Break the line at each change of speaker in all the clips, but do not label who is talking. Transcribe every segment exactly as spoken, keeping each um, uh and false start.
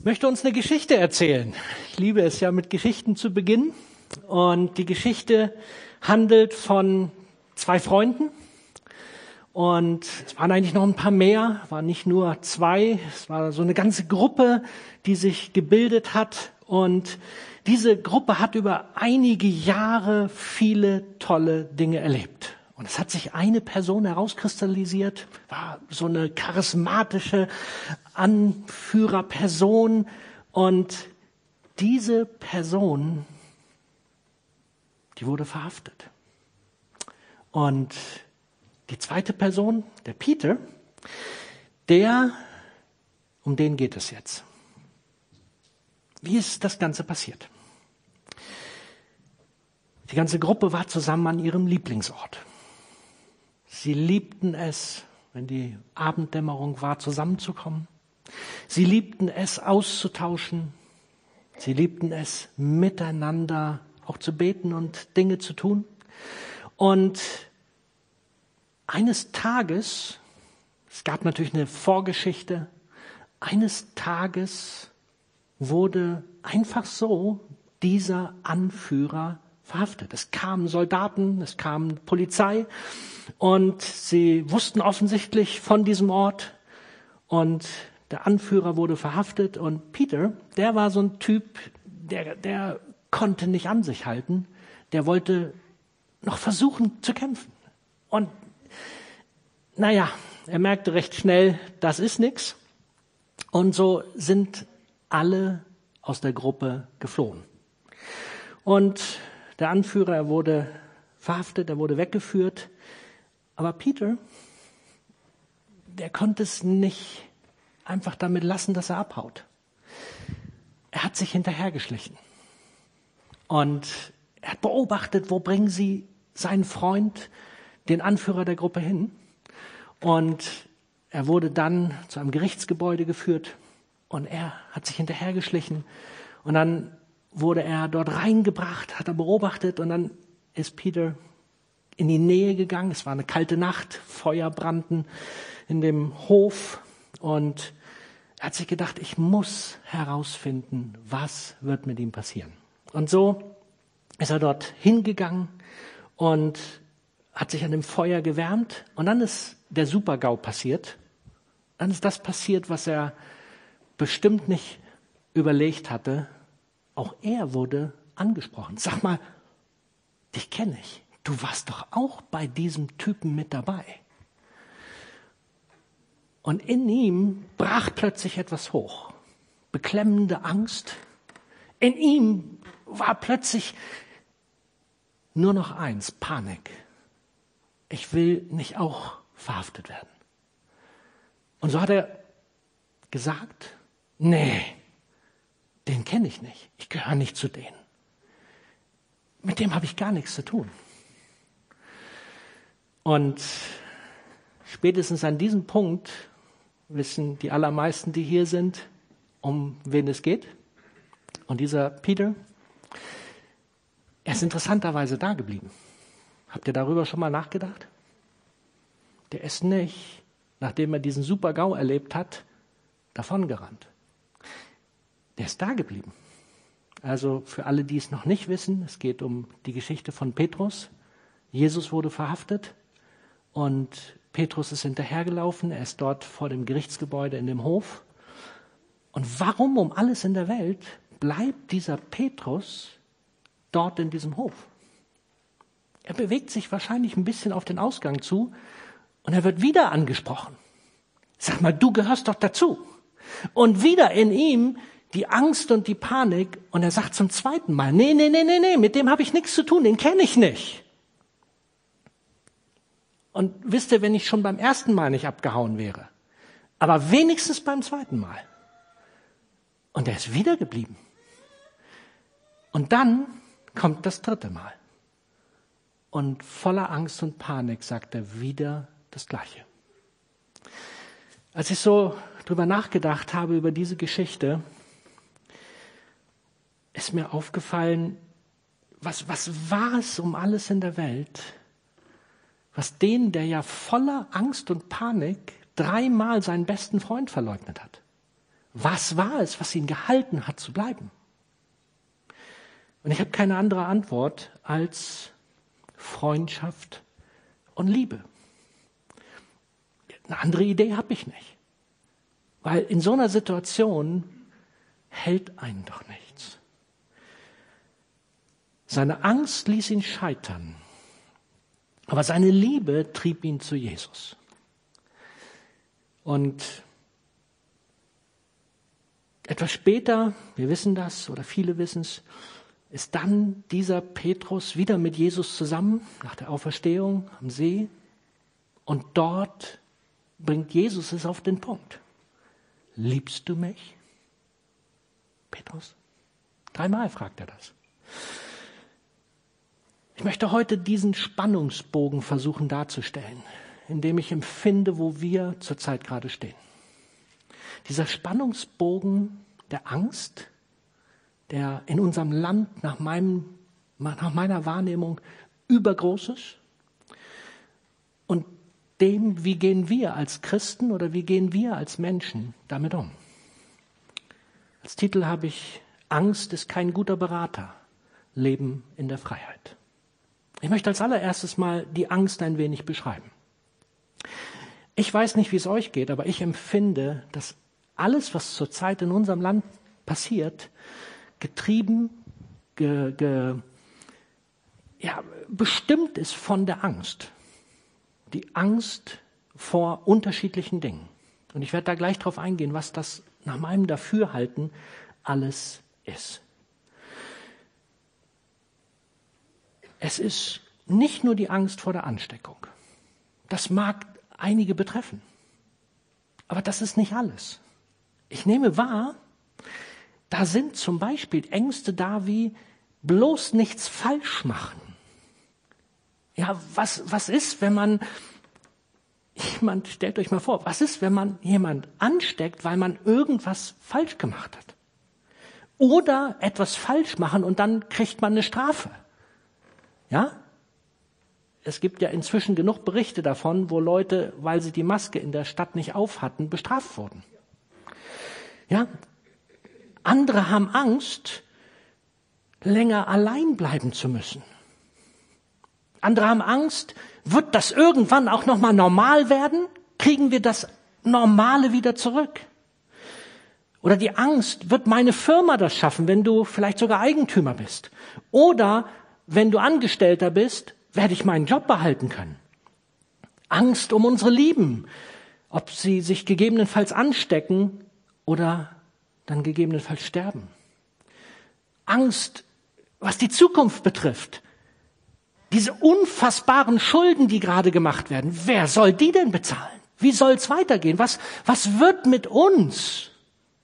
Ich möchte uns eine Geschichte erzählen. Ich liebe es ja, mit Geschichten zu beginnen. Und die Geschichte handelt von zwei Freunden. Und es waren eigentlich noch ein paar mehr, waren nicht nur zwei. Es war so eine ganze Gruppe, die sich gebildet hat. Und diese Gruppe hat über einige Jahre viele tolle Dinge erlebt. Und es hat sich eine Person herauskristallisiert, war so eine charismatische Anführerperson. Und diese Person, die wurde verhaftet. Und die zweite Person, der Peter, der, um den geht es jetzt. Wie ist das Ganze passiert? Die ganze Gruppe war zusammen an ihrem Lieblingsort. Sie liebten es, wenn die Abenddämmerung war, zusammenzukommen. Sie liebten es, auszutauschen. Sie liebten es, miteinander auch zu beten und Dinge zu tun. Und eines Tages, es gab natürlich eine Vorgeschichte, eines Tages wurde einfach so dieser Anführer verhaftet. Es kamen Soldaten, es kam Polizei und sie wussten offensichtlich von diesem Ort und der Anführer wurde verhaftet und Peter, der war so ein Typ, der, der konnte nicht an sich halten, der wollte noch versuchen zu kämpfen. Und naja, er merkte recht schnell, das ist nichts. Und so sind alle aus der Gruppe geflohen. Und der Anführer, er wurde verhaftet, er wurde weggeführt. Aber Peter, der konnte es nicht einfach damit lassen, dass er abhaut. Er hat sich hinterhergeschlichen. Und er hat beobachtet, wo bringen sie seinen Freund, den Anführer der Gruppe hin. Und er wurde dann zu einem Gerichtsgebäude geführt und er hat sich hinterhergeschlichen und dann wurde er dort reingebracht, hat er beobachtet und dann ist Peter in die Nähe gegangen. Es war eine kalte Nacht, Feuer brannten in dem Hof und er hat sich gedacht, ich muss herausfinden, was wird mit ihm passieren. Und so ist er dort hingegangen und hat sich an dem Feuer gewärmt und dann ist der Super-GAU passiert. Dann ist das passiert, was er bestimmt nicht überlegt hatte. Auch er wurde angesprochen. Sag mal, dich kenne ich. Du warst doch auch bei diesem Typen mit dabei. Und in ihm brach plötzlich etwas hoch. Beklemmende Angst. In ihm war plötzlich nur noch eins, Panik. Ich will nicht auch verhaftet werden. Und so hat er gesagt, nee, den kenne ich nicht. Ich gehöre nicht zu denen. Mit dem habe ich gar nichts zu tun. Und spätestens an diesem Punkt wissen die allermeisten, die hier sind, um wen es geht. Und dieser Peter, er ist interessanterweise da geblieben. Habt ihr darüber schon mal nachgedacht? Der ist nicht, nachdem er diesen Super-GAU erlebt hat, davongerannt. Der ist da geblieben. Also für alle, die es noch nicht wissen, es geht um die Geschichte von Petrus. Jesus wurde verhaftet und Petrus ist hinterhergelaufen. Er ist dort vor dem Gerichtsgebäude in dem Hof. Und warum um alles in der Welt bleibt dieser Petrus dort in diesem Hof? Er bewegt sich wahrscheinlich ein bisschen auf den Ausgang zu und er wird wieder angesprochen. Sag mal, du gehörst doch dazu. Und wieder in ihm die Angst und die Panik und er sagt zum zweiten Mal, nee, nee, nee, nee, nee, mit dem habe ich nichts zu tun, den kenne ich nicht. Und wisst ihr, wenn ich schon beim ersten Mal nicht abgehauen wäre, aber wenigstens beim zweiten Mal. Und er ist wieder geblieben. Und dann kommt das dritte Mal. Und voller Angst und Panik sagt er wieder das Gleiche. Als ich so drüber nachgedacht habe, über diese Geschichte, ist mir aufgefallen, was, was war es um alles in der Welt, was den, der ja voller Angst und Panik dreimal seinen besten Freund verleugnet hat. Was war es, was ihn gehalten hat zu bleiben? Und ich habe keine andere Antwort als Freundschaft und Liebe. Eine andere Idee habe ich nicht. Weil in so einer Situation hält einen doch nichts. Seine Angst ließ ihn scheitern, aber seine Liebe trieb ihn zu Jesus. Und etwas später, wir wissen das oder viele wissen es, ist dann dieser Petrus wieder mit Jesus zusammen nach der Auferstehung am See. Und dort bringt Jesus es auf den Punkt. Liebst du mich, Petrus? Dreimal fragt er das. Ich möchte heute diesen Spannungsbogen versuchen darzustellen, in dem ich empfinde, wo wir zurzeit gerade stehen. Dieser Spannungsbogen der Angst, der in unserem Land nach, meinem, nach meiner Wahrnehmung übergroß ist, und dem, wie gehen wir als Christen oder wie gehen wir als Menschen damit um. Als Titel habe ich Angst ist kein guter Berater, Leben in der Freiheit. Ich möchte als allererstes mal die Angst ein wenig beschreiben. Ich weiß nicht, wie es euch geht, aber ich empfinde, dass alles, was zurzeit in unserem Land passiert, getrieben, ge, ge, ja, bestimmt ist von der Angst. Die Angst vor unterschiedlichen Dingen. Und ich werde da gleich drauf eingehen, was das nach meinem Dafürhalten alles ist. Es ist nicht nur die Angst vor der Ansteckung. Das mag einige betreffen. Aber das ist nicht alles. Ich nehme wahr, da sind zum Beispiel Ängste da wie bloß nichts falsch machen. Ja, was, was ist, wenn man jemand, stellt euch mal vor, was ist, wenn man jemand ansteckt, weil man irgendwas falsch gemacht hat? Oder etwas falsch machen und dann kriegt man eine Strafe. Ja? Es gibt ja inzwischen genug Berichte davon, wo Leute, weil sie die Maske in der Stadt nicht auf hatten, bestraft wurden. Ja? Andere haben Angst, länger allein bleiben zu müssen. Andere haben Angst, wird das irgendwann auch nochmal normal werden? Kriegen wir das Normale wieder zurück? Oder die Angst, wird meine Firma das schaffen, wenn du vielleicht sogar Eigentümer bist? Oder wenn du Angestellter bist, werde ich meinen Job behalten können? Angst um unsere Lieben, ob sie sich gegebenenfalls anstecken oder dann gegebenenfalls sterben. Angst, was die Zukunft betrifft. Diese unfassbaren Schulden, die gerade gemacht werden, wer soll die denn bezahlen? Wie soll es weitergehen? Was, was wird mit uns?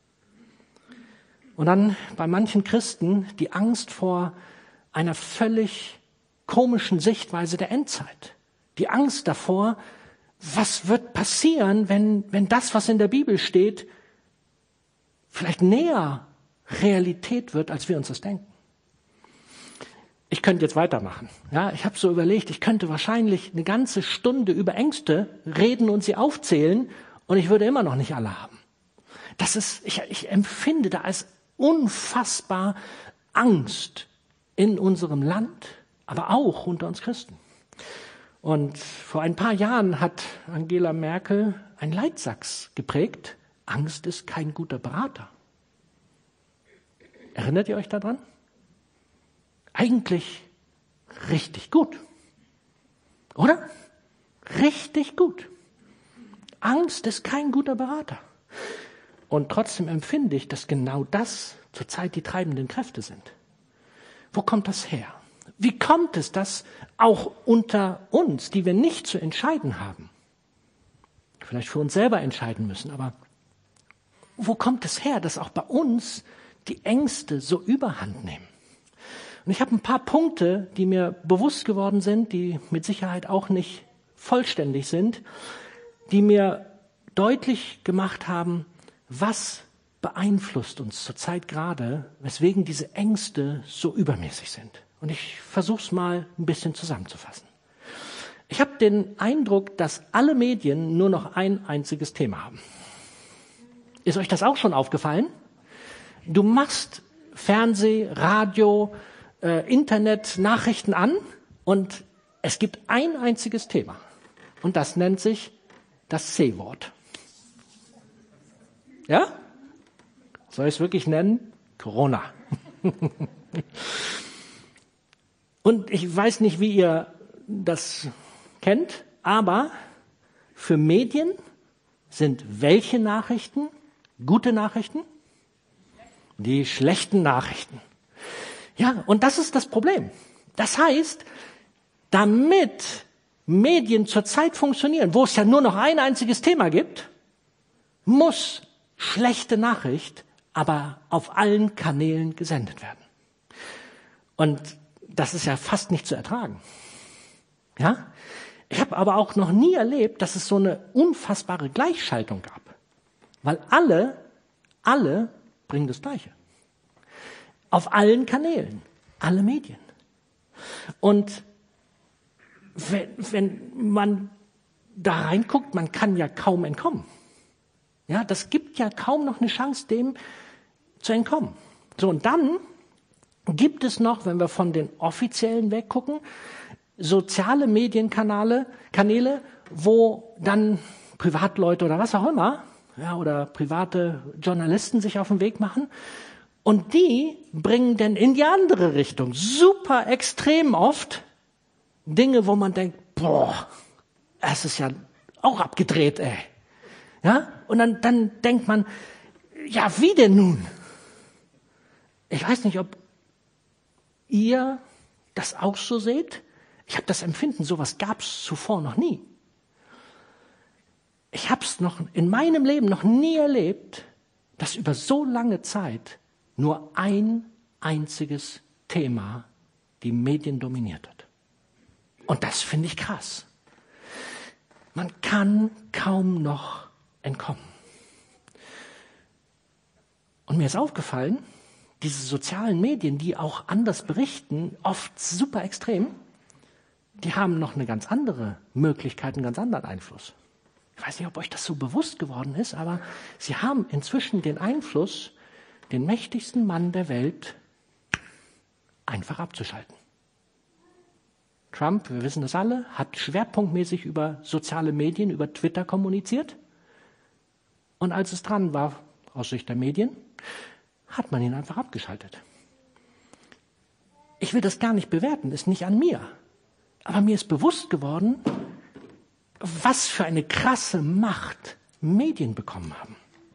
Und dann bei manchen Christen die Angst vor einer völlig komischen Sichtweise der Endzeit. Die Angst davor, was wird passieren, wenn, wenn das, was in der Bibel steht, vielleicht näher Realität wird, als wir uns das denken. Ich könnte jetzt weitermachen. Ja, ich habe so überlegt, ich könnte wahrscheinlich eine ganze Stunde über Ängste reden und sie aufzählen und ich würde immer noch nicht alle haben. Das ist, ich, ich empfinde da als unfassbar Angst in unserem Land, aber auch unter uns Christen. Und vor ein paar Jahren hat Angela Merkel einen Leitsatz geprägt: Angst ist kein guter Berater. Erinnert ihr euch daran? Eigentlich richtig gut. Oder? Richtig gut. Angst ist kein guter Berater. Und trotzdem empfinde ich, dass genau das zurzeit die treibenden Kräfte sind. Wo kommt das her? Wie kommt es, dass auch unter uns, die wir nicht zu entscheiden haben, vielleicht für uns selber entscheiden müssen, aber wo kommt es her, dass auch bei uns die Ängste so überhand nehmen? Und ich habe ein paar Punkte, die mir bewusst geworden sind, die mit Sicherheit auch nicht vollständig sind, die mir deutlich gemacht haben, was beeinflusst uns zurzeit gerade, weswegen diese Ängste so übermäßig sind. Und ich versuche es mal ein bisschen zusammenzufassen. Ich habe den Eindruck, dass alle Medien nur noch ein einziges Thema haben. Ist euch das auch schon aufgefallen? Du machst Fernseh, Radio, äh, Internet, Nachrichten an und es gibt ein einziges Thema. Und das nennt sich das C-Wort. Ja? Soll ich es wirklich nennen? Corona. Und ich weiß nicht, wie ihr das kennt, aber für Medien sind welche Nachrichten gute Nachrichten? Die schlechten Nachrichten. Ja, und das ist das Problem. Das heißt, damit Medien zurzeit funktionieren, wo es ja nur noch ein einziges Thema gibt, muss schlechte Nachricht aber auf allen Kanälen gesendet werden. Und das ist ja fast nicht zu ertragen. Ja? Ich habe aber auch noch nie erlebt, dass es so eine unfassbare Gleichschaltung gab. Weil alle, alle bringen das Gleiche. Auf allen Kanälen, alle Medien. Und wenn, wenn man da reinguckt, man kann ja kaum entkommen. Ja, das gibt ja kaum noch eine Chance, dem zu entkommen. So, und dann gibt es noch, wenn wir von den offiziellen weggucken, soziale Medienkanäle, Kanäle, wo dann Privatleute oder was auch immer, ja, oder private Journalisten sich auf den Weg machen. Und die bringen dann in die andere Richtung super extrem oft Dinge, wo man denkt, boah, es ist ja auch abgedreht, ey. Ja? Und dann, dann denkt man, ja, wie denn nun? Ich weiß nicht, ob ihr das auch so seht. Ich habe das Empfinden, sowas gab es zuvor noch nie. Ich habe es noch in meinem Leben noch nie erlebt, dass über so lange Zeit nur ein einziges Thema die Medien dominiert hat. Und das finde ich krass. Man kann kaum noch entkommen. Und mir ist aufgefallen, diese sozialen Medien, die auch anders berichten, oft super extrem, die haben noch eine ganz andere Möglichkeit, einen ganz anderen Einfluss. Ich weiß nicht, ob euch das so bewusst geworden ist, aber sie haben inzwischen den Einfluss, den mächtigsten Mann der Welt einfach abzuschalten. Trump, wir wissen das alle, hat schwerpunktmäßig über soziale Medien, über Twitter kommuniziert. Und als es dran war, aus Sicht der Medien, hat man ihn einfach abgeschaltet. Ich will das gar nicht bewerten, ist nicht an mir. Aber mir ist bewusst geworden, was für eine krasse Macht Medien bekommen haben.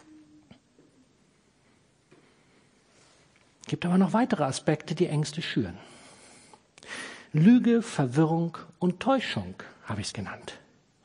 Es gibt aber noch weitere Aspekte, die Ängste schüren. Lüge, Verwirrung und Täuschung habe ich es genannt.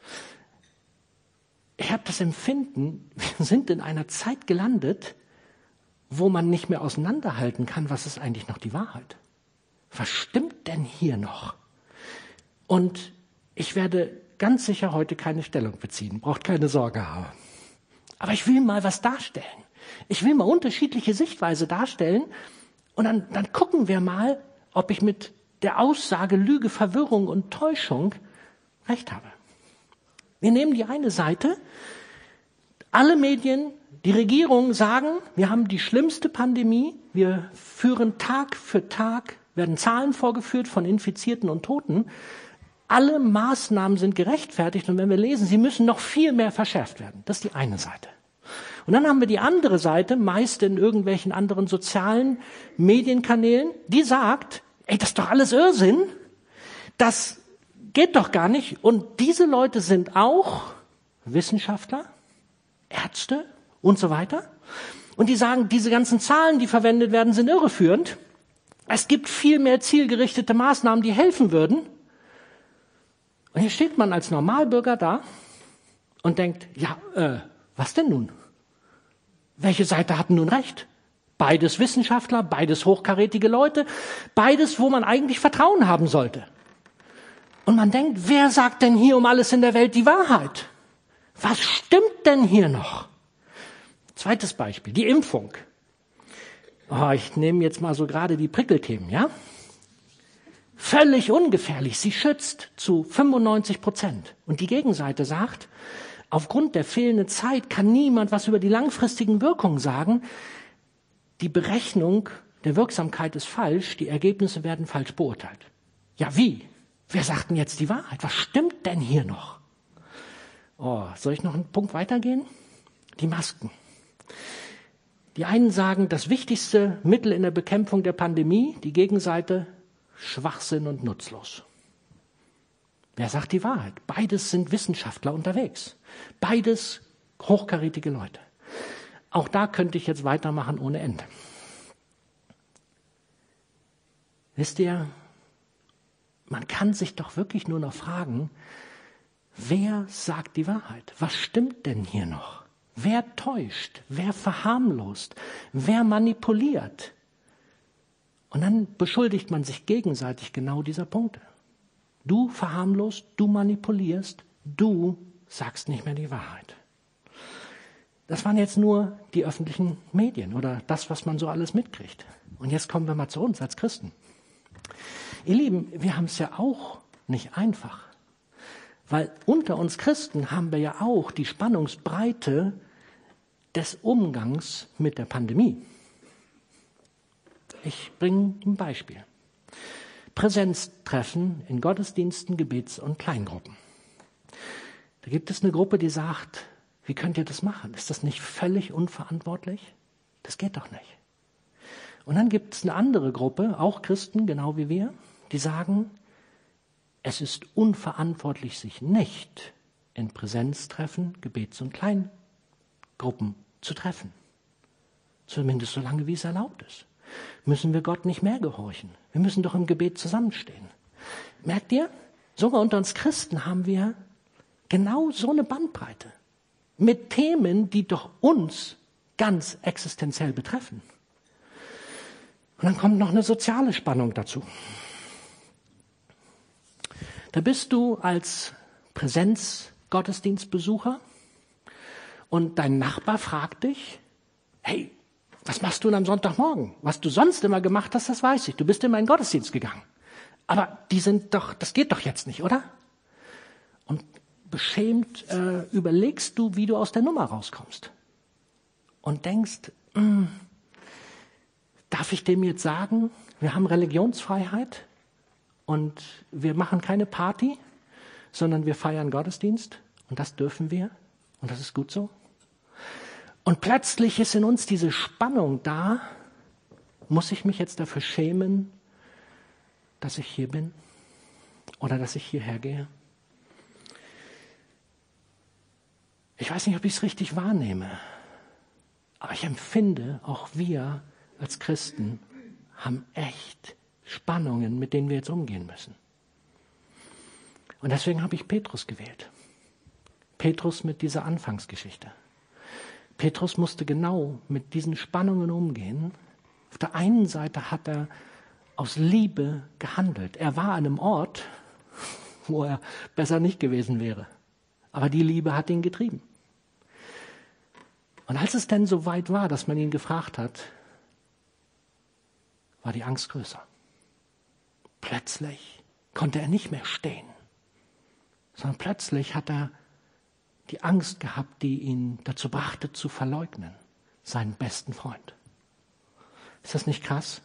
Ich habe das Empfinden, wir sind in einer Zeit gelandet, wo man nicht mehr auseinanderhalten kann, was ist eigentlich noch die Wahrheit. Was stimmt denn hier noch? Und ich werde ganz sicher heute keine Stellung beziehen, braucht keine Sorge haben. Aber ich will mal was darstellen. Ich will mal unterschiedliche Sichtweise darstellen und dann, dann gucken wir mal, ob ich mit der Aussage Lüge, Verwirrung und Täuschung recht habe. Wir nehmen die eine Seite, alle Medien, die Regierungen sagen, wir haben die schlimmste Pandemie, wir führen Tag für Tag, werden Zahlen vorgeführt von Infizierten und Toten. Alle Maßnahmen sind gerechtfertigt und wenn wir lesen, sie müssen noch viel mehr verschärft werden. Das ist die eine Seite. Und dann haben wir die andere Seite, meist in irgendwelchen anderen sozialen Medienkanälen, die sagt, ey, das ist doch alles Irrsinn, das geht doch gar nicht. Und diese Leute sind auch Wissenschaftler, Ärzte und so weiter. Und die sagen, diese ganzen Zahlen, die verwendet werden, sind irreführend. Es gibt viel mehr zielgerichtete Maßnahmen, die helfen würden. Und hier steht man als Normalbürger da und denkt, ja, äh, was denn nun? Welche Seite hat nun recht? Beides Wissenschaftler, beides hochkarätige Leute, beides, wo man eigentlich Vertrauen haben sollte. Und man denkt, wer sagt denn hier um alles in der Welt die Wahrheit? Was stimmt denn hier noch? Zweites Beispiel, die Impfung. Oh, ich nehme jetzt mal so gerade die Prickelthemen, ja? Völlig ungefährlich, sie schützt zu fünfundneunzig Prozent. Und die Gegenseite sagt, Aufgrund der fehlenden Zeit kann niemand was über die langfristigen Wirkungen sagen. Die Berechnung der Wirksamkeit ist falsch, die Ergebnisse werden falsch beurteilt. Ja, wie? Wer sagt denn jetzt die Wahrheit? Was stimmt denn hier noch? Oh, soll ich noch einen Punkt weitergehen? Die Masken. Die einen sagen, das wichtigste Mittel in der Bekämpfung der Pandemie, die Gegenseite, Schwachsinn und nutzlos. Wer sagt die Wahrheit? Beides sind Wissenschaftler unterwegs. Beides hochkarätige Leute. Auch da könnte ich jetzt weitermachen ohne Ende. Wisst ihr, man kann sich doch wirklich nur noch fragen, wer sagt die Wahrheit? Was stimmt denn hier noch? Wer täuscht? Wer verharmlost? Wer manipuliert? Und dann beschuldigt man sich gegenseitig genau dieser Punkte. Du verharmlost, du manipulierst, du sagst nicht mehr die Wahrheit. Das waren jetzt nur die öffentlichen Medien oder das, was man so alles mitkriegt. Und jetzt kommen wir mal zu uns als Christen. Ihr Lieben, wir haben es ja auch nicht einfach. Weil unter uns Christen haben wir ja auch die Spannungsbreite des Umgangs mit der Pandemie. Ich bringe ein Beispiel. Präsenztreffen in Gottesdiensten, Gebets- und Kleingruppen. Da gibt es eine Gruppe, die sagt, wie könnt ihr das machen? Ist das nicht völlig unverantwortlich? Das geht doch nicht. Und dann gibt es eine andere Gruppe, auch Christen, genau wie wir, die sagen, es ist unverantwortlich, sich nicht in Präsenztreffen, Gebets- und Kleingruppen zu treffen. Zumindest so lange, wie es erlaubt ist. Müssen wir Gott nicht mehr gehorchen. Wir müssen doch im Gebet zusammenstehen. Merkt ihr? Sogar unter uns Christen haben wir genau so eine Bandbreite. Mit Themen, die doch uns ganz existenziell betreffen. Und dann kommt noch eine soziale Spannung dazu. Da bist du als Präsenz-Gottesdienstbesucher und dein Nachbar fragt dich, hey, was machst du denn am Sonntagmorgen? Was du sonst immer gemacht hast, das weiß ich. Du bist immer in den Gottesdienst gegangen. Aber die sind doch, das geht doch jetzt nicht, oder? Und beschämt äh, überlegst du, wie du aus der Nummer rauskommst. Und denkst, mh, darf ich dem jetzt sagen, wir haben Religionsfreiheit und wir machen keine Party, sondern wir feiern Gottesdienst und das dürfen wir und das ist gut so. Und plötzlich ist in uns diese Spannung da, muss ich mich jetzt dafür schämen, dass ich hier bin oder dass ich hierher gehe? Ich weiß nicht, ob ich es richtig wahrnehme, aber ich empfinde, auch wir als Christen haben echt Spannungen, mit denen wir jetzt umgehen müssen. Und deswegen habe ich Petrus gewählt. Petrus mit dieser Anfangsgeschichte. Petrus musste genau mit diesen Spannungen umgehen. Auf der einen Seite hat er aus Liebe gehandelt. Er war an einem Ort, wo er besser nicht gewesen wäre. Aber die Liebe hat ihn getrieben. Und als es denn so weit war, dass man ihn gefragt hat, war die Angst größer. Plötzlich konnte er nicht mehr stehen, sondern plötzlich hat er die Angst gehabt, die ihn dazu brachte, zu verleugnen, seinen besten Freund. Ist das nicht krass?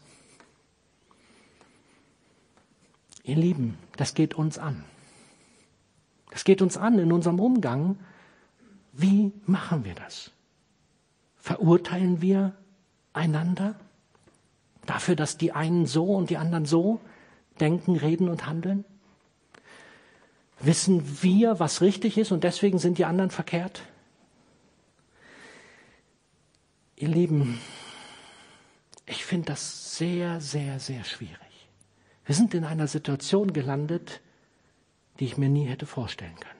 Ihr Lieben, das geht uns an. Das geht uns an in unserem Umgang. Wie machen wir das? Verurteilen wir einander dafür, dass die einen so und die anderen so denken, reden und handeln? Wissen wir, was richtig ist und deswegen sind die anderen verkehrt? Ihr Lieben, ich finde das sehr, sehr, sehr schwierig. Wir sind in einer Situation gelandet, die ich mir nie hätte vorstellen können.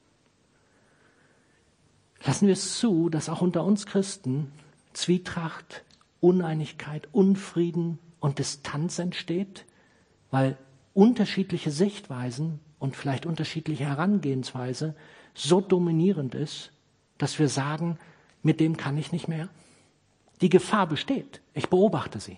Lassen wir es zu, dass auch unter uns Christen Zwietracht, Uneinigkeit, Unfrieden und Distanz entsteht, weil unterschiedliche Sichtweisen und vielleicht unterschiedliche Herangehensweise so dominierend ist, dass wir sagen, mit dem kann ich nicht mehr. Die Gefahr besteht. Ich beobachte sie.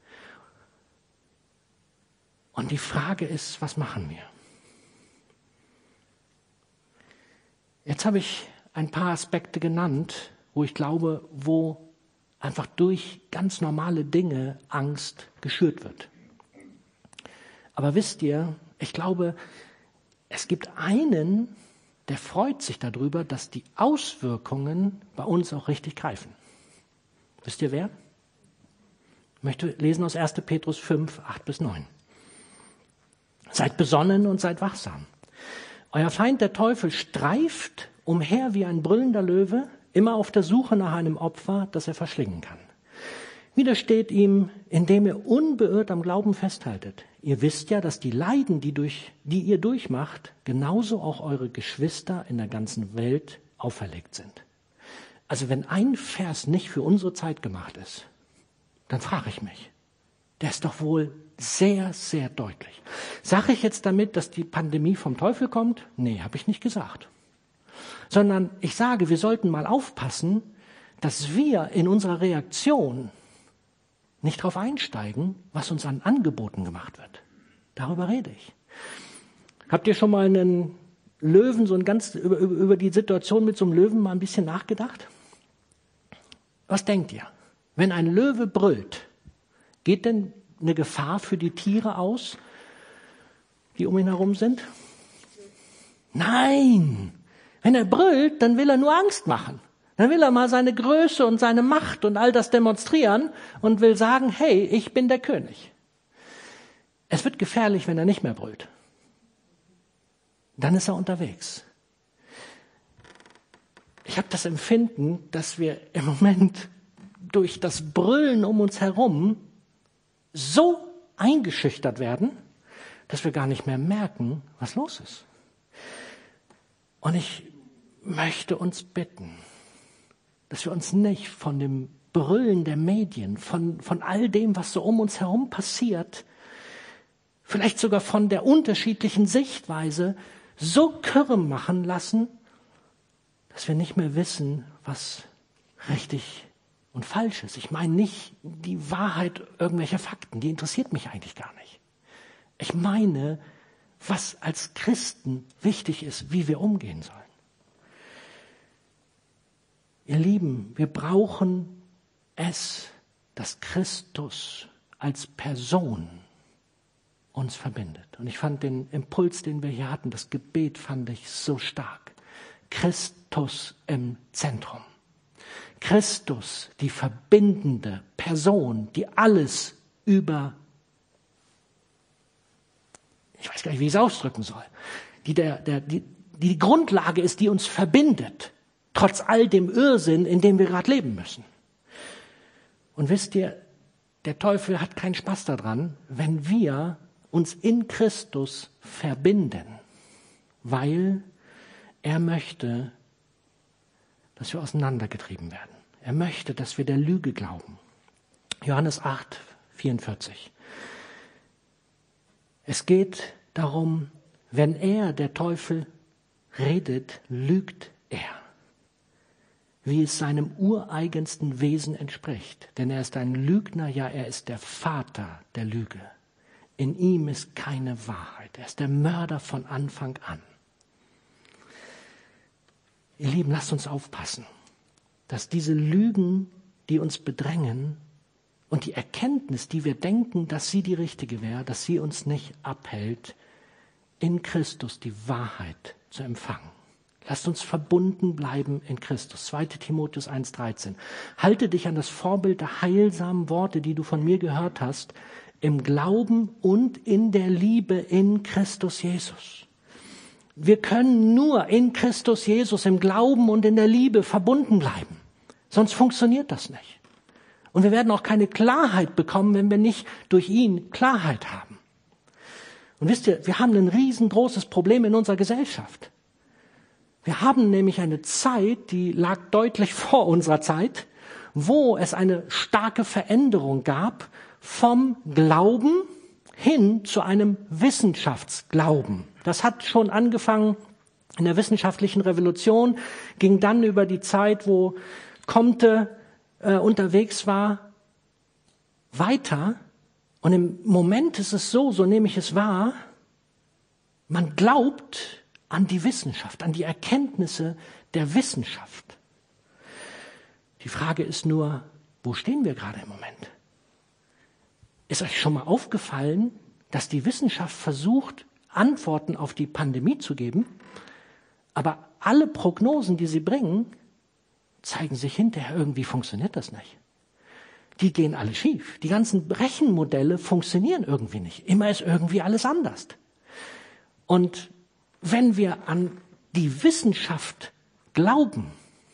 Und die Frage ist, was machen wir? Jetzt habe ich ein paar Aspekte genannt, wo ich glaube, wo einfach durch ganz normale Dinge Angst geschürt wird. Aber wisst ihr, ich glaube, es gibt einen, der freut sich darüber, dass die Auswirkungen bei uns auch richtig greifen. Wisst ihr wer? Ich möchte lesen aus erster Petrus fünf, acht bis neun. Seid besonnen und seid wachsam. Euer Feind, der Teufel, streift umher wie ein brüllender Löwe, immer auf der Suche nach einem Opfer, das er verschlingen kann. Widersteht ihm, indem ihr unbeirrt am Glauben festhaltet. Ihr wisst ja, dass die Leiden, die, durch, die ihr durchmacht, genauso auch eure Geschwister in der ganzen Welt auferlegt sind. Also wenn ein Vers nicht für unsere Zeit gemacht ist, dann frage ich mich, der ist doch wohl sehr, sehr deutlich. Sage ich jetzt damit, dass die Pandemie vom Teufel kommt? Nee, habe ich nicht gesagt. Sondern ich sage, wir sollten mal aufpassen, dass wir in unserer Reaktion nicht darauf einsteigen, was uns an Angeboten gemacht wird. Darüber rede ich. Habt ihr schon mal einen Löwen, so ein ganz über, über die Situation mit so einem Löwen mal ein bisschen nachgedacht? Was denkt ihr? Wenn ein Löwe brüllt, geht denn eine Gefahr für die Tiere aus, die um ihn herum sind? Nein! Wenn er brüllt, dann will er nur Angst machen. Dann will er mal seine Größe und seine Macht und all das demonstrieren und will sagen, hey, ich bin der König. Es wird gefährlich, wenn er nicht mehr brüllt. Dann ist er unterwegs. Ich habe das Empfinden, dass wir im Moment durch das Brüllen um uns herum so eingeschüchtert werden, dass wir gar nicht mehr merken, was los ist. Und ich möchte uns bitten, dass wir uns nicht von dem Brüllen der Medien, von, von all dem, was so um uns herum passiert, vielleicht sogar von der unterschiedlichen Sichtweise so kirren machen lassen, dass wir nicht mehr wissen, was richtig und falsch ist. Ich meine nicht die Wahrheit irgendwelcher Fakten, die interessiert mich eigentlich gar nicht. Ich meine, was als Christen wichtig ist, wie wir umgehen sollen. Ihr Lieben, wir brauchen es, dass Christus als Person uns verbindet. Und ich fand den Impuls, den wir hier hatten, das Gebet fand ich so stark. Christus im Zentrum. Christus, die verbindende Person, die alles über, ich weiß gar nicht, wie ich es ausdrücken soll, die, der, der, die, die die Grundlage ist, die uns verbindet, trotz all dem Irrsinn, in dem wir gerade leben müssen. Und wisst ihr, der Teufel hat keinen Spaß daran, wenn wir uns in Christus verbinden, weil er möchte, dass wir auseinandergetrieben werden. Er möchte, dass wir der Lüge glauben. Johannes acht, vierundvierzig. Es geht darum, wenn er, der Teufel, redet, lügt er, wie es seinem ureigensten Wesen entspricht. Denn er ist ein Lügner, ja, er ist der Vater der Lüge. In ihm ist keine Wahrheit. Er ist der Mörder von Anfang an. Ihr Lieben, lasst uns aufpassen, dass diese Lügen, die uns bedrängen und die Erkenntnis, die wir denken, dass sie die richtige wäre, dass sie uns nicht abhält, in Christus die Wahrheit zu empfangen. Lasst uns verbunden bleiben in Christus. zweiter Timotheus eins, dreizehn. Halte dich an das Vorbild der heilsamen Worte, die du von mir gehört hast, im Glauben und in der Liebe in Christus Jesus. Wir können nur in Christus Jesus im Glauben und in der Liebe verbunden bleiben. Sonst funktioniert das nicht. Und wir werden auch keine Klarheit bekommen, wenn wir nicht durch ihn Klarheit haben. Und wisst ihr, wir haben ein riesengroßes Problem in unserer Gesellschaft. Wir haben nämlich eine Zeit, die lag deutlich vor unserer Zeit, wo es eine starke Veränderung gab vom Glauben hin zu einem Wissenschaftsglauben. Das hat schon angefangen in der wissenschaftlichen Revolution, ging dann über die Zeit, wo Comte äh, unterwegs war, weiter. Und im Moment ist es so, so nehme ich es wahr, man glaubt an die Wissenschaft, an die Erkenntnisse der Wissenschaft. Die Frage ist nur, wo stehen wir gerade im Moment? Ist euch schon mal aufgefallen, dass die Wissenschaft versucht, Antworten auf die Pandemie zu geben, aber alle Prognosen, die sie bringen, zeigen sich hinterher, irgendwie funktioniert das nicht. Die gehen alle schief. Die ganzen Rechenmodelle funktionieren irgendwie nicht. Immer ist irgendwie alles anders. Und wenn wir an die Wissenschaft glauben,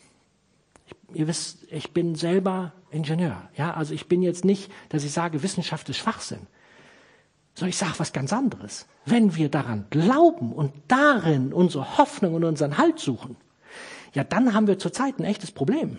ihr wisst, ich bin selber Ingenieur. Ja, also ich bin jetzt nicht, dass ich sage, Wissenschaft ist Schwachsinn. Sondern ich sage was ganz anderes. Wenn wir daran glauben und darin unsere Hoffnung und unseren Halt suchen, ja, dann haben wir zurzeit ein echtes Problem.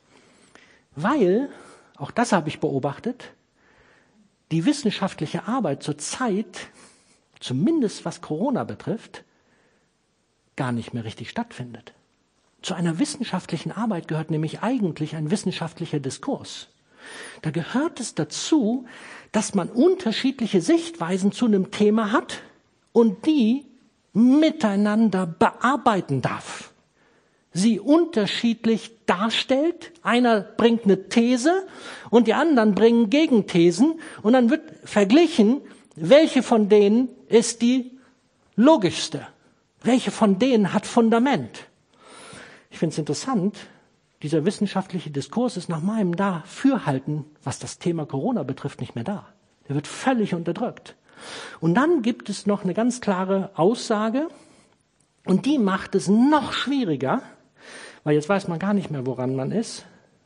Weil, auch das habe ich beobachtet, die wissenschaftliche Arbeit zurzeit, zumindest was Corona betrifft, gar nicht mehr richtig stattfindet. Zu einer wissenschaftlichen Arbeit gehört nämlich eigentlich ein wissenschaftlicher Diskurs. Da gehört es dazu, dass man unterschiedliche Sichtweisen zu einem Thema hat und die miteinander bearbeiten darf. Sie unterschiedlich darstellt. Einer bringt eine These und die anderen bringen Gegenthesen und dann wird verglichen, welche von denen ist die logischste, welche von denen hat Fundament. Ich finde es interessant, dieser wissenschaftliche Diskurs ist nach meinem Dafürhalten, was das Thema Corona betrifft, nicht mehr da. Der wird völlig unterdrückt. Und dann gibt es noch eine ganz klare Aussage und die macht es noch schwieriger, weil jetzt weiß man gar nicht mehr, woran man ist.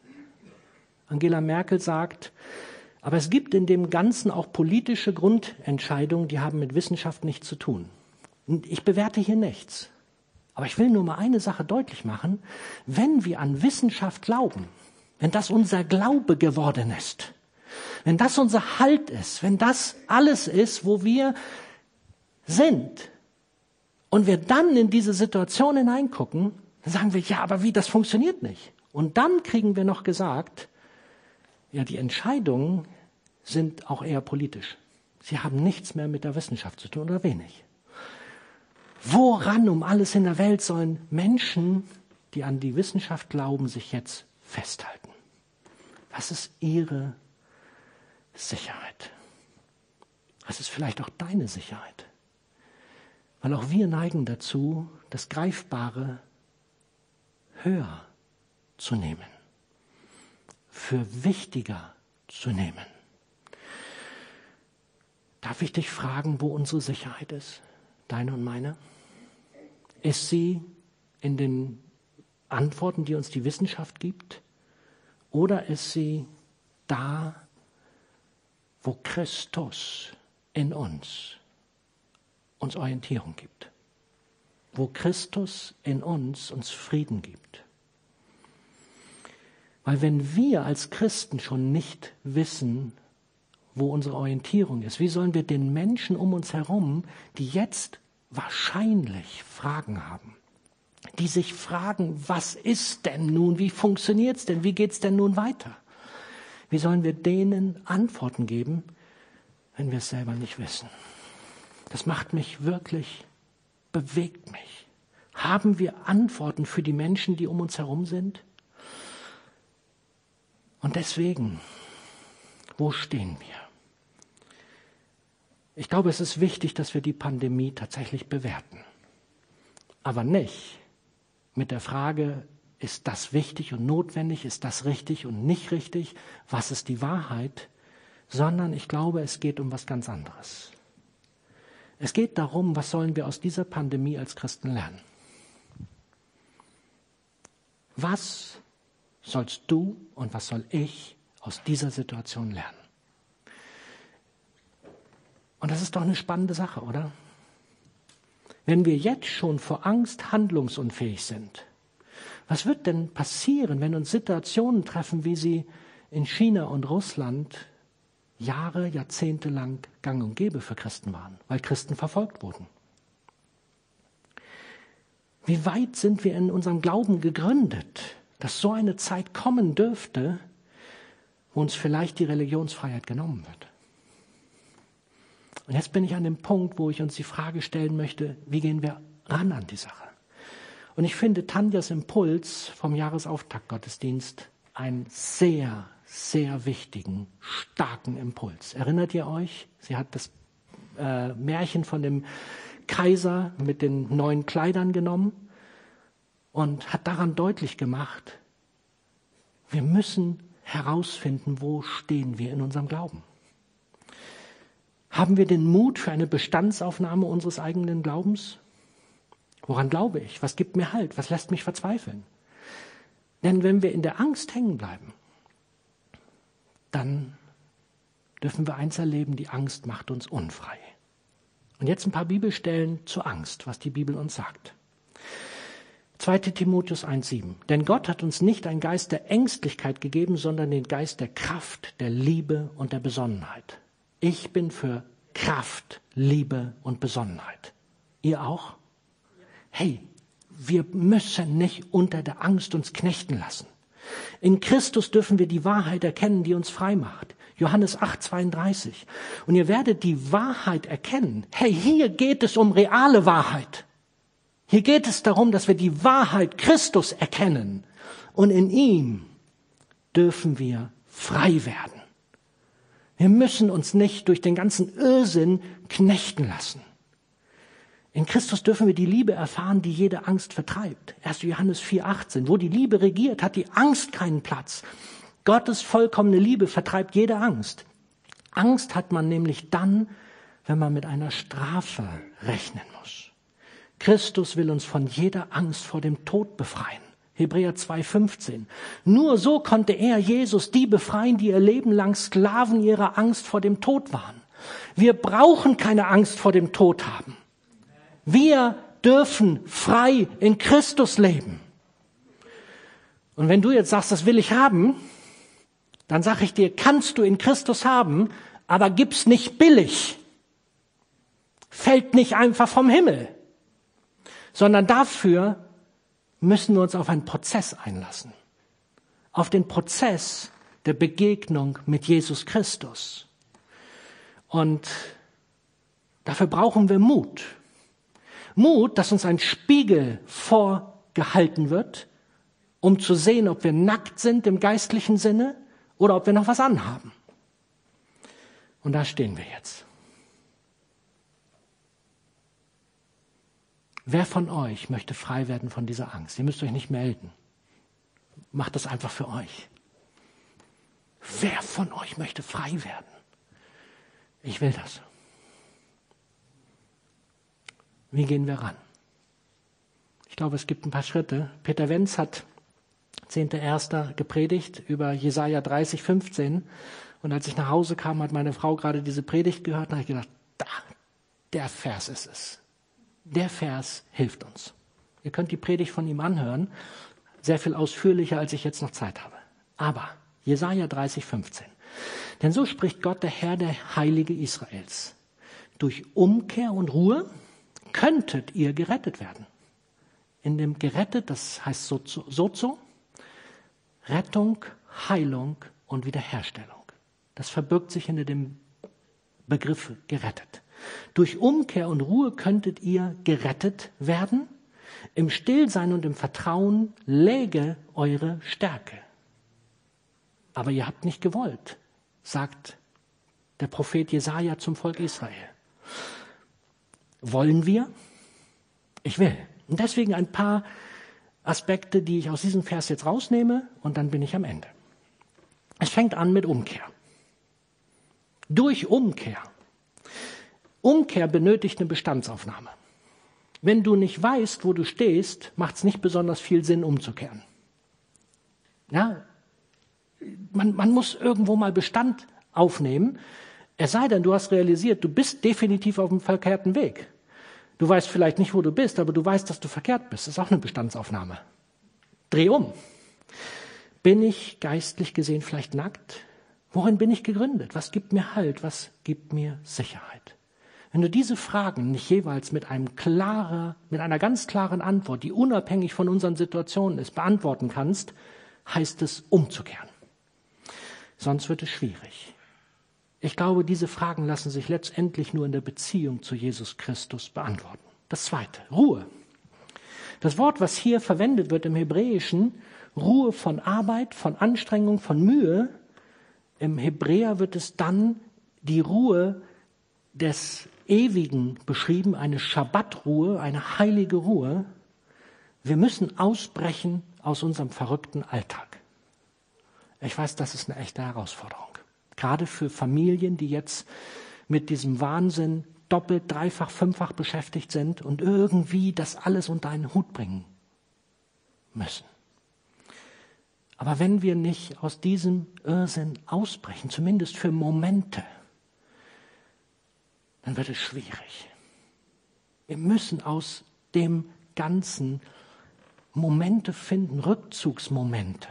Angela Merkel sagt, aber es gibt in dem Ganzen auch politische Grundentscheidungen, die haben mit Wissenschaft nichts zu tun. Und ich bewerte hier nichts. Aber ich will nur mal eine Sache deutlich machen. Wenn wir an Wissenschaft glauben, wenn das unser Glaube geworden ist, wenn das unser Halt ist, wenn das alles ist, wo wir sind, und wir dann in diese Situation hineingucken, dann sagen wir, ja, aber wie, das funktioniert nicht. Und dann kriegen wir noch gesagt, ja, die Entscheidungen sind auch eher politisch. Sie haben nichts mehr mit der Wissenschaft zu tun oder wenig. Woran um alles in der Welt sollen Menschen, die an die Wissenschaft glauben, sich jetzt festhalten? Was ist ihre Sicherheit? Was ist vielleicht auch deine Sicherheit? Weil auch wir neigen dazu, das Greifbare höher zu nehmen, für wichtiger zu nehmen. Darf ich dich fragen, wo unsere Sicherheit ist? Deine und meine? Ist sie in den Antworten, die uns die Wissenschaft gibt? Oder ist sie da, wo Christus in uns uns Orientierung gibt? Wo Christus in uns uns Frieden gibt? Weil wenn wir als Christen schon nicht wissen, wo unsere Orientierung ist, wie sollen wir den Menschen um uns herum, die jetzt wahrscheinlich Fragen haben, die sich fragen, was ist denn nun, wie funktioniert es denn, wie geht es denn nun weiter? Wie sollen wir denen Antworten geben, wenn wir es selber nicht wissen? Das macht mich wirklich, bewegt mich. Haben wir Antworten für die Menschen, die um uns herum sind? Und deswegen, wo stehen wir? Ich glaube, es ist wichtig, dass wir die Pandemie tatsächlich bewerten. Aber nicht mit der Frage, ist das wichtig und notwendig, ist das richtig und nicht richtig, was ist die Wahrheit, sondern ich glaube, es geht um was ganz anderes. Es geht darum, was sollen wir aus dieser Pandemie als Christen lernen? Was sollst du und was soll ich aus dieser Situation lernen? Und das ist doch eine spannende Sache, oder? Wenn wir jetzt schon vor Angst handlungsunfähig sind, was wird denn passieren, wenn uns Situationen treffen, wie sie in China und Russland Jahre, Jahrzehnte lang gang und gäbe für Christen waren, weil Christen verfolgt wurden? Wie weit sind wir in unserem Glauben gegründet, dass so eine Zeit kommen dürfte, wo uns vielleicht die Religionsfreiheit genommen wird? Und jetzt bin ich an dem Punkt, wo ich uns die Frage stellen möchte, wie gehen wir ran an die Sache. Und ich finde Tanjas Impuls vom Jahresauftaktgottesdienst einen sehr, sehr wichtigen, starken Impuls. Erinnert ihr euch? Sie hat das äh, Märchen von dem Kaiser mit den neuen Kleidern genommen und hat daran deutlich gemacht, wir müssen herausfinden, wo stehen wir in unserem Glauben. Haben wir den Mut für eine Bestandsaufnahme unseres eigenen Glaubens? Woran glaube ich? Was gibt mir Halt? Was lässt mich verzweifeln? Denn wenn wir in der Angst hängen bleiben, dann dürfen wir eins erleben, die Angst macht uns unfrei. Und jetzt ein paar Bibelstellen zur Angst, was die Bibel uns sagt. zweiter Timotheus eins sieben. Denn Gott hat uns nicht einen Geist der Ängstlichkeit gegeben, sondern den Geist der Kraft, der Liebe und der Besonnenheit. Ich bin für Kraft, Liebe und Besonnenheit. Ihr auch? Hey, wir müssen nicht unter der Angst uns knechten lassen. In Christus dürfen wir die Wahrheit erkennen, die uns frei macht. Johannes acht zweiunddreißig. Und ihr werdet die Wahrheit erkennen. Hey, hier geht es um reale Wahrheit. Hier geht es darum, dass wir die Wahrheit Christus erkennen. Und in ihm dürfen wir frei werden. Wir müssen uns nicht durch den ganzen Irrsinn knechten lassen. In Christus dürfen wir die Liebe erfahren, die jede Angst vertreibt. erster Johannes vier achtzehn. Wo die Liebe regiert, hat die Angst keinen Platz. Gottes vollkommene Liebe vertreibt jede Angst. Angst hat man nämlich dann, wenn man mit einer Strafe rechnen muss. Christus will uns von jeder Angst vor dem Tod befreien. Hebräer zwei fünfzehn. Nur so konnte er, Jesus, die befreien, die ihr Leben lang Sklaven ihrer Angst vor dem Tod waren. Wir brauchen keine Angst vor dem Tod haben. Wir dürfen frei in Christus leben. Und wenn du jetzt sagst, das will ich haben, dann sage ich dir, kannst du in Christus haben, aber gib's nicht billig. Fällt nicht einfach vom Himmel. Sondern dafür müssen wir uns auf einen Prozess einlassen. Auf den Prozess der Begegnung mit Jesus Christus. Und dafür brauchen wir Mut. Mut, dass uns ein Spiegel vorgehalten wird, um zu sehen, ob wir nackt sind im geistlichen Sinne oder ob wir noch was anhaben. Und da stehen wir jetzt. Wer von euch möchte frei werden von dieser Angst? Ihr müsst euch nicht melden. Macht das einfach für euch. Wer von euch möchte frei werden? Ich will das. Wie gehen wir ran? Ich glaube, es gibt ein paar Schritte. Peter Wenz hat zehnter erster gepredigt über Jesaja dreißig fünfzehn. Und als ich nach Hause kam, hat meine Frau gerade diese Predigt gehört. Und habe ich gedacht, da, der Vers ist es. Der Vers hilft uns. Ihr könnt die Predigt von ihm anhören. Sehr viel ausführlicher, als ich jetzt noch Zeit habe. Aber Jesaja dreißig fünfzehn. Denn so spricht Gott, der Herr, der Heilige Israels. Durch Umkehr und Ruhe könntet ihr gerettet werden. In dem gerettet, das heißt Sozo, Sozo, Rettung, Heilung und Wiederherstellung. Das verbirgt sich hinter dem Begriff gerettet. Durch Umkehr und Ruhe könntet ihr gerettet werden. Im Stillsein und im Vertrauen läge eure Stärke. Aber ihr habt nicht gewollt, sagt der Prophet Jesaja zum Volk Israel. Wollen wir? Ich will. Und deswegen ein paar Aspekte, die ich aus diesem Vers jetzt rausnehme, und dann bin ich am Ende. Es fängt an mit Umkehr. Durch Umkehr. Umkehr benötigt eine Bestandsaufnahme. Wenn du nicht weißt, wo du stehst, macht es nicht besonders viel Sinn, umzukehren. Ja, man, man muss irgendwo mal Bestand aufnehmen. Es sei denn, du hast realisiert, du bist definitiv auf dem verkehrten Weg. Du weißt vielleicht nicht, wo du bist, aber du weißt, dass du verkehrt bist. Das ist auch eine Bestandsaufnahme. Dreh um. Bin ich geistlich gesehen vielleicht nackt? Worin bin ich gegründet? Was gibt mir Halt? Was gibt mir Sicherheit? Wenn du diese Fragen nicht jeweils mit einem klarer, mit einer ganz klaren Antwort, die unabhängig von unseren Situationen ist, beantworten kannst, heißt es umzukehren. Sonst wird es schwierig. Ich glaube, diese Fragen lassen sich letztendlich nur in der Beziehung zu Jesus Christus beantworten. Das zweite, Ruhe. Das Wort, was hier verwendet wird im Hebräischen, Ruhe von Arbeit, von Anstrengung, von Mühe, im Hebräer wird es dann die Ruhe des Ewigen beschrieben, eine Schabbatruhe, eine heilige Ruhe. Wir müssen ausbrechen aus unserem verrückten Alltag. Ich weiß, das ist eine echte Herausforderung. Gerade für Familien, die jetzt mit diesem Wahnsinn doppelt, dreifach, fünffach beschäftigt sind und irgendwie das alles unter einen Hut bringen müssen. Aber wenn wir nicht aus diesem Irrsinn ausbrechen, zumindest für Momente, dann wird es schwierig. Wir müssen aus dem Ganzen Momente finden, Rückzugsmomente,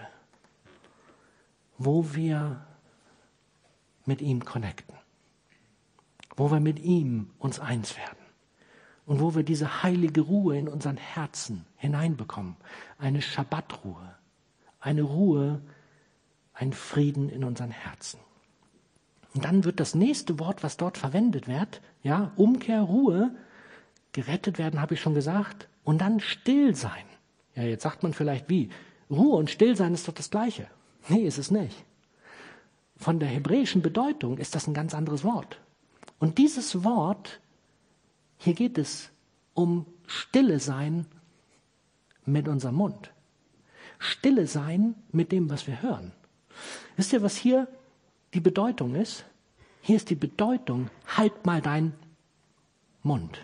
wo wir mit ihm connecten, wo wir mit ihm uns eins werden und wo wir diese heilige Ruhe in unseren Herzen hineinbekommen, eine Schabbatruhe, eine Ruhe, ein Frieden in unseren Herzen. Und dann wird das nächste Wort, was dort verwendet wird, ja, Umkehr, Ruhe, gerettet werden, habe ich schon gesagt, und dann still sein. Ja, jetzt sagt man vielleicht, wie? Ruhe und Stillsein ist doch das Gleiche. Nee, ist es nicht. Von der hebräischen Bedeutung ist das ein ganz anderes Wort. Und dieses Wort, hier geht es um Stille sein mit unserem Mund. Stille sein mit dem, was wir hören. Wisst ihr, was hier die Bedeutung ist? Hier ist die Bedeutung, halt mal deinen Mund.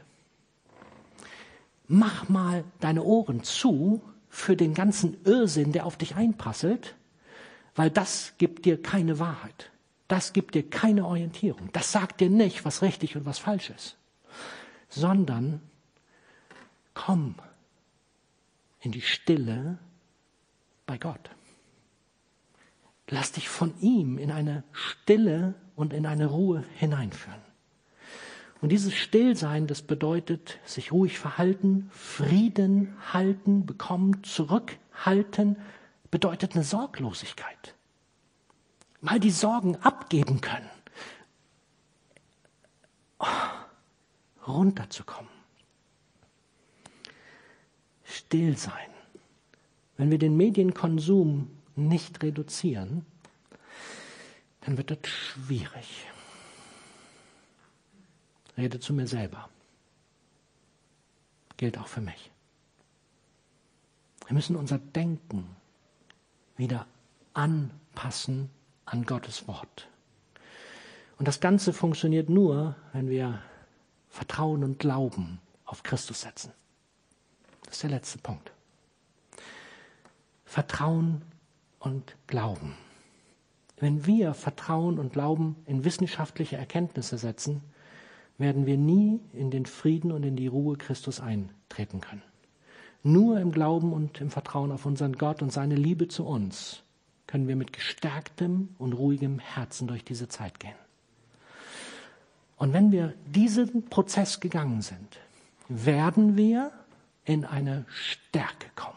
Mach mal deine Ohren zu für den ganzen Irrsinn, der auf dich einprasselt, weil das gibt dir keine Wahrheit. Das gibt dir keine Orientierung. Das sagt dir nicht, was richtig und was falsch ist. Sondern komm in die Stille bei Gott. Lass dich von ihm in eine Stille und in eine Ruhe hineinführen. Und dieses Stillsein, das bedeutet, sich ruhig verhalten, Frieden halten, bekommen, zurückhalten, bedeutet eine Sorglosigkeit. Mal die Sorgen abgeben können. Oh, runterzukommen. Still sein. Wenn wir den Medienkonsum nicht reduzieren, dann wird das schwierig. Rede zu mir selber. Gilt auch für mich. Wir müssen unser Denken wieder anpassen an Gottes Wort. Und das Ganze funktioniert nur, wenn wir Vertrauen und Glauben auf Christus setzen. Das ist der letzte Punkt. Vertrauen und Glauben. Wenn wir Vertrauen und Glauben in wissenschaftliche Erkenntnisse setzen, werden wir nie in den Frieden und in die Ruhe Christus eintreten können. Nur im Glauben und im Vertrauen auf unseren Gott und seine Liebe zu uns können wir mit gestärktem und ruhigem Herzen durch diese Zeit gehen. Und wenn wir diesen Prozess gegangen sind, werden wir in eine Stärke kommen.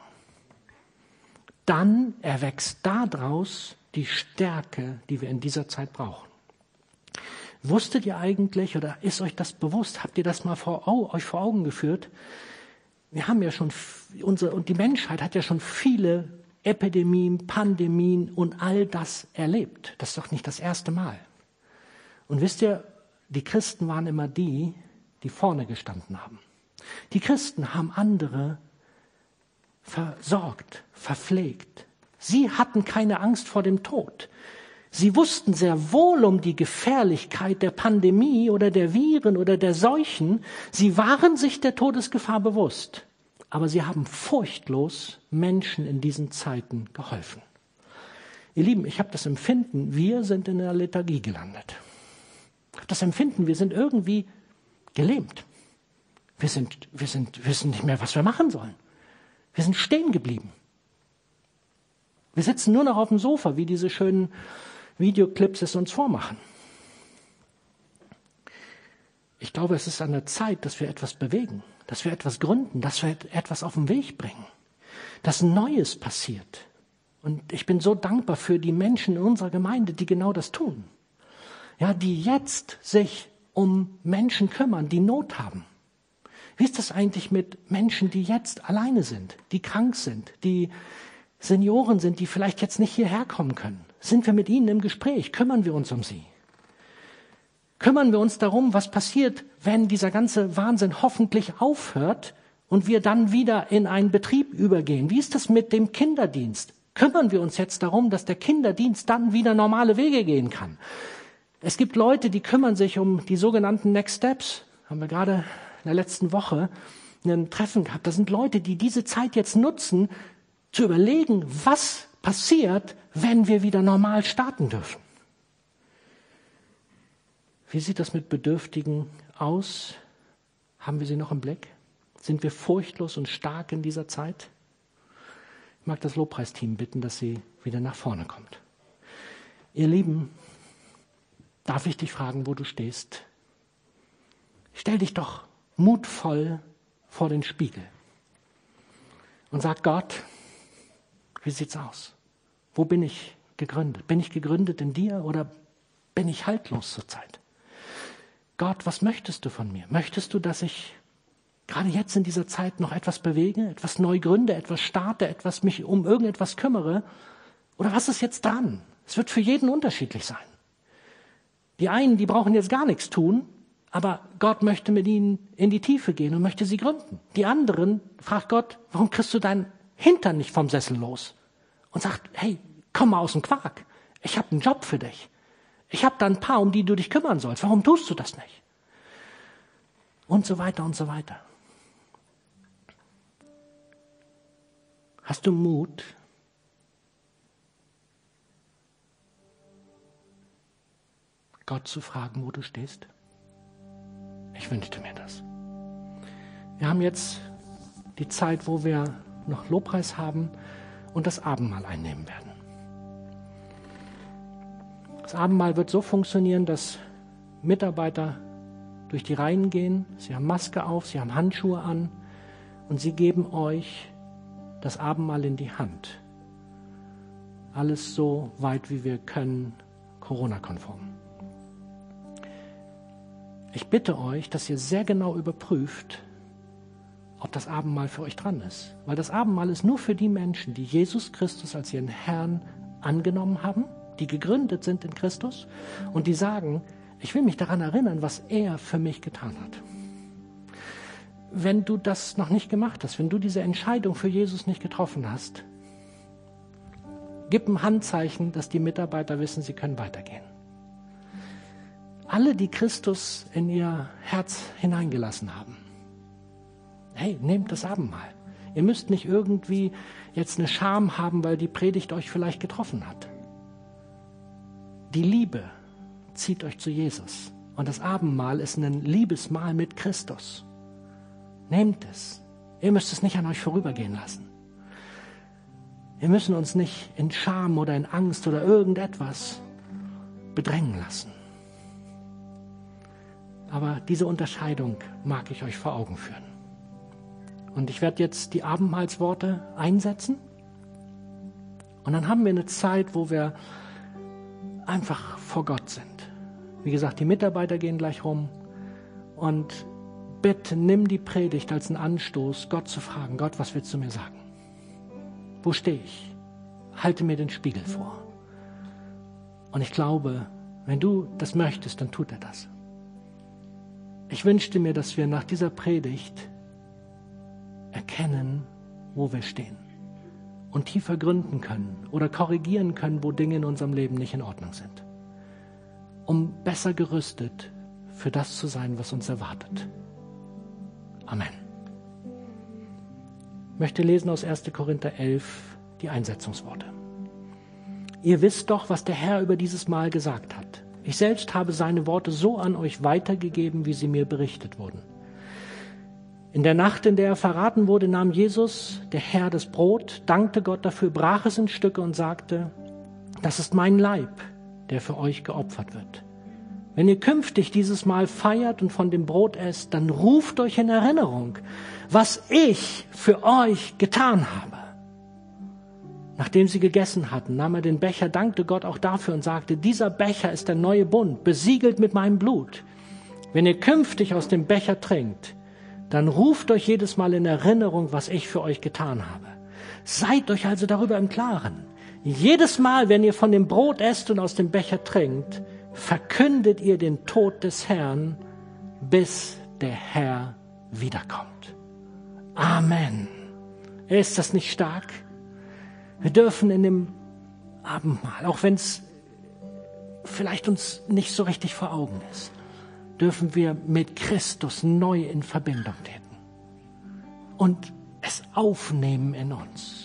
Dann erwächst daraus die Stärke, die wir in dieser Zeit brauchen. Wusstet ihr eigentlich, oder ist euch das bewusst, habt ihr das mal vor, oh, euch vor Augen geführt? Wir haben ja schon, unsere, und die Menschheit hat ja schon viele Epidemien, Pandemien und all das erlebt. Das ist doch nicht das erste Mal. Und wisst ihr, die Christen waren immer die, die vorne gestanden haben. Die Christen haben andere versorgt, verpflegt. Sie hatten keine Angst vor dem Tod. Sie wussten sehr wohl um die Gefährlichkeit der Pandemie oder der Viren oder der Seuchen. Sie waren sich der Todesgefahr bewusst. Aber sie haben furchtlos Menschen in diesen Zeiten geholfen. Ihr Lieben, ich habe das Empfinden, wir sind in der Lethargie gelandet. Ich habe das Empfinden, wir sind irgendwie gelähmt. Wir sind, wir sind, wissen nicht mehr, was wir machen sollen. Wir sind stehen geblieben. Wir sitzen nur noch auf dem Sofa, wie diese schönen Videoclips es uns vormachen. Ich glaube, es ist an der Zeit, dass wir etwas bewegen, dass wir etwas gründen, dass wir etwas auf den Weg bringen, dass Neues passiert. Und ich bin so dankbar für die Menschen in unserer Gemeinde, die genau das tun. Ja, die jetzt sich um Menschen kümmern, die Not haben. Wie ist das eigentlich mit Menschen, die jetzt alleine sind, die krank sind, die Senioren sind, die vielleicht jetzt nicht hierher kommen können? Sind wir mit ihnen im Gespräch? Kümmern wir uns um sie? Kümmern wir uns darum, was passiert, wenn dieser ganze Wahnsinn hoffentlich aufhört und wir dann wieder in einen Betrieb übergehen? Wie ist das mit dem Kinderdienst? Kümmern wir uns jetzt darum, dass der Kinderdienst dann wieder normale Wege gehen kann? Es gibt Leute, die kümmern sich um die sogenannten Next Steps. Haben wir gerade in der letzten Woche ein Treffen gehabt. Das sind Leute, die diese Zeit jetzt nutzen, zu überlegen, was passiert, wenn wir wieder normal starten dürfen. Wie sieht das mit Bedürftigen aus? Haben wir sie noch im Blick? Sind wir furchtlos und stark in dieser Zeit? Ich mag das Lobpreisteam bitten, dass sie wieder nach vorne kommt. Ihr Lieben, darf ich dich fragen, wo du stehst? Stell dich doch mutvoll vor den Spiegel und sag Gott, wie sieht's aus? Wo bin ich gegründet? Bin ich gegründet in dir oder bin ich haltlos zurzeit? Gott, was möchtest du von mir? Möchtest du, dass ich gerade jetzt in dieser Zeit noch etwas bewege, etwas neu gründe, etwas starte, etwas mich um irgendetwas kümmere? Oder was ist jetzt dran? Es wird für jeden unterschiedlich sein. Die einen, die brauchen jetzt gar nichts tun, aber Gott möchte mit ihnen in die Tiefe gehen und möchte sie gründen. Die anderen fragt Gott, warum kriegst du deinen Hintern nicht vom Sessel los? Und sagt, hey, komm mal aus dem Quark. Ich habe einen Job für dich. Ich habe da ein paar, um die du dich kümmern sollst. Warum tust du das nicht? Und so weiter und so weiter. Hast du Mut, Gott zu fragen, wo du stehst? Ich wünschte mir das. Wir haben jetzt die Zeit, wo wir noch Lobpreis haben und das Abendmahl einnehmen werden. Das Abendmahl wird so funktionieren, dass Mitarbeiter durch die Reihen gehen, sie haben Maske auf, sie haben Handschuhe an und sie geben euch das Abendmahl in die Hand. Alles so weit, wie wir können, Corona-konform. Ich bitte euch, dass ihr sehr genau überprüft, ob das Abendmahl für euch dran ist. Weil das Abendmahl ist nur für die Menschen, die Jesus Christus als ihren Herrn angenommen haben, die gegründet sind in Christus und die sagen, ich will mich daran erinnern, was er für mich getan hat. Wenn du das noch nicht gemacht hast, wenn du diese Entscheidung für Jesus nicht getroffen hast, gib ein Handzeichen, dass die Mitarbeiter wissen, sie können weitergehen. Alle, die Christus in ihr Herz hineingelassen haben, hey, nehmt das Abendmahl. Ihr müsst nicht irgendwie jetzt eine Scham haben, weil die Predigt euch vielleicht getroffen hat. Die Liebe zieht euch zu Jesus. Und das Abendmahl ist ein Liebesmahl mit Christus. Nehmt es. Ihr müsst es nicht an euch vorübergehen lassen. Wir müssen uns nicht in Scham oder in Angst oder irgendetwas bedrängen lassen. Aber diese Unterscheidung mag ich euch vor Augen führen. Und ich werde jetzt die Abendmahlsworte einsetzen. Und dann haben wir eine Zeit, wo wir einfach vor Gott sind. Wie gesagt, die Mitarbeiter gehen gleich rum. Und bitte nimm die Predigt als einen Anstoß, Gott zu fragen, Gott, was willst du mir sagen? Wo stehe ich? Halte mir den Spiegel vor. Und ich glaube, wenn du das möchtest, dann tut er das. Ich wünschte mir, dass wir nach dieser Predigt erkennen, wo wir stehen und tiefer gründen können oder korrigieren können, wo Dinge in unserem Leben nicht in Ordnung sind, um besser gerüstet für das zu sein, was uns erwartet. Amen. Ich möchte lesen aus erster Korinther elf die Einsetzungsworte. Ihr wisst doch, was der Herr über dieses Mal gesagt hat. Ich selbst habe seine Worte so an euch weitergegeben, wie sie mir berichtet wurden. In der Nacht, in der er verraten wurde, nahm Jesus, der Herr, das Brot, dankte Gott dafür, brach es in Stücke und sagte, das ist mein Leib, der für euch geopfert wird. Wenn ihr künftig dieses Mal feiert und von dem Brot esst, dann ruft euch in Erinnerung, was ich für euch getan habe. Nachdem sie gegessen hatten, nahm er den Becher, dankte Gott auch dafür und sagte, dieser Becher ist der neue Bund, besiegelt mit meinem Blut. Wenn ihr künftig aus dem Becher trinkt, dann ruft euch jedes Mal in Erinnerung, was ich für euch getan habe. Seid euch also darüber im Klaren. Jedes Mal, wenn ihr von dem Brot esst und aus dem Becher trinkt, verkündet ihr den Tod des Herrn, bis der Herr wiederkommt. Amen. Ist das nicht stark? Wir dürfen in dem Abendmahl, auch wenn es vielleicht uns nicht so richtig vor Augen ist, dürfen wir mit Christus neu in Verbindung treten und es aufnehmen in uns.